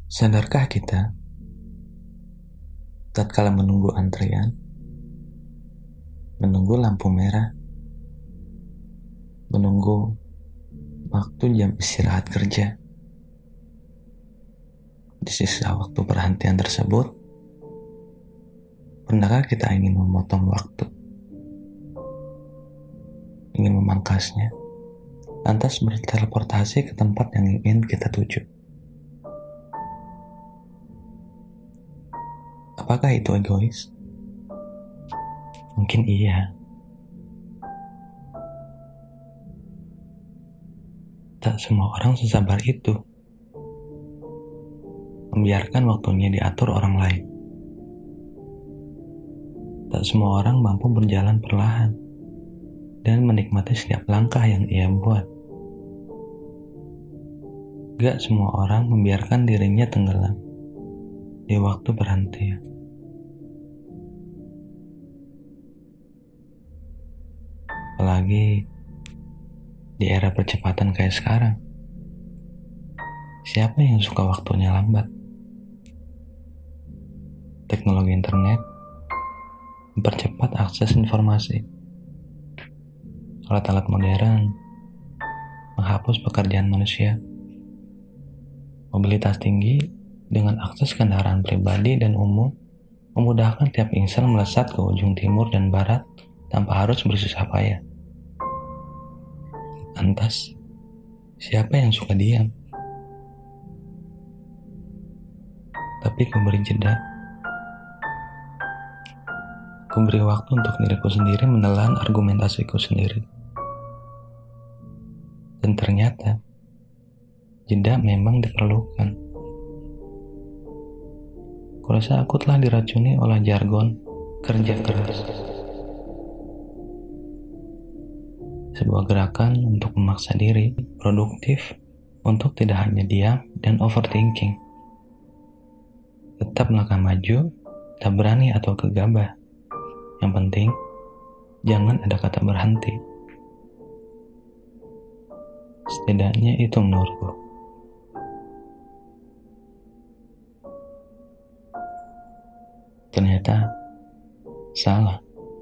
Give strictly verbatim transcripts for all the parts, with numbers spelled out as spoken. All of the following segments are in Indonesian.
Sadarkah kita, tatkala menunggu antrian, menunggu lampu merah, menunggu waktu jam istirahat kerja, di sisa waktu perhentian tersebut, pernahkah kita ingin memotong waktu, ingin memangkasnya, lantas berteleportasi ke tempat yang ingin kita tuju? Apakah itu egois? Mungkin iya. Tak semua orang sesabar itu, membiarkan waktunya diatur orang lain. Tak semua orang mampu berjalan perlahan dan menikmati setiap langkah yang ia buat. Gak semua orang membiarkan dirinya tenggelam di waktu berhenti. Apalagi di era percepatan kayak sekarang. Siapa yang suka waktunya lambat? Teknologi internet mempercepat akses informasi. Alat-alat modern menghapus pekerjaan manusia. Mobilitas tinggi dengan akses kendaraan pribadi dan umum memudahkan tiap insan melesat ke ujung timur dan barat tanpa harus bersusah payah. Lantas, siapa yang suka diam? Tapi ku beri jeda. Ku beri waktu untuk diriku sendiri menelan argumentasiku sendiri. Dan ternyata, jeda memang diperlukan. Kurasa aku telah diracuni oleh jargon kerja keras. Sebuah gerakan untuk memaksa diri produktif untuk tidak hanya diam dan overthinking. Tetap melangkah maju, tak berani atau gegabah. Yang penting, jangan ada kata berhenti. Setidaknya itu menurutku. Ternyata salah.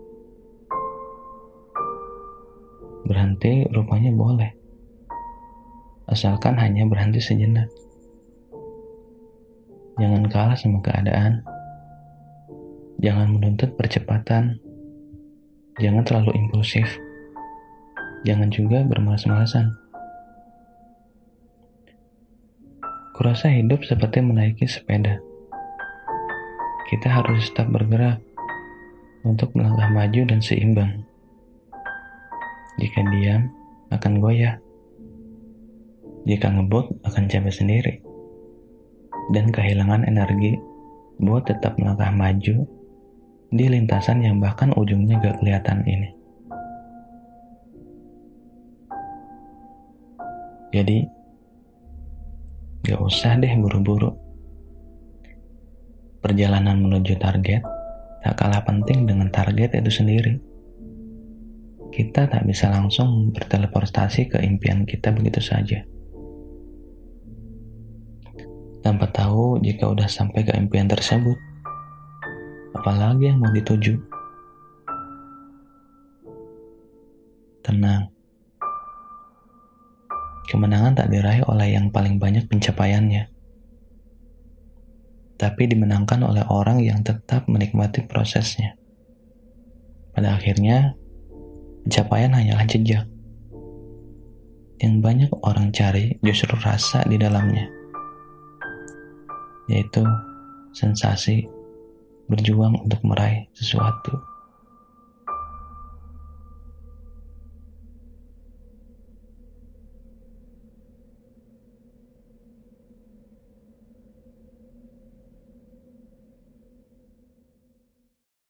Berhenti rupanya boleh, asalkan hanya berhenti sejenak. Jangan kalah sama keadaan, jangan menuntut percepatan, jangan terlalu impulsif, jangan juga bermalas-malasan. Kurasa hidup seperti menaiki sepeda. Kita harus tetap bergerak untuk melangkah maju dan seimbang. Jika diam, akan goyah. Jika ngebut, akan capek sendiri. Dan kehilangan energi buat tetap melangkah maju di lintasan yang bahkan ujungnya gak kelihatan ini. Jadi, gak usah deh buru-buru. Perjalanan menuju target tak kalah penting dengan target itu sendiri. Kita tak bisa langsung berteleportasi ke impian kita begitu saja. Tanpa tahu jika udah sampai ke impian tersebut, apalagi yang mau dituju. Tenang. Kemenangan tak diraih oleh yang paling banyak pencapaiannya, tapi dimenangkan oleh orang yang tetap menikmati prosesnya. Pada akhirnya, pencapaian hanyalah jejak. Yang banyak orang cari justru rasa di dalamnya, yaitu sensasi berjuang untuk meraih sesuatu.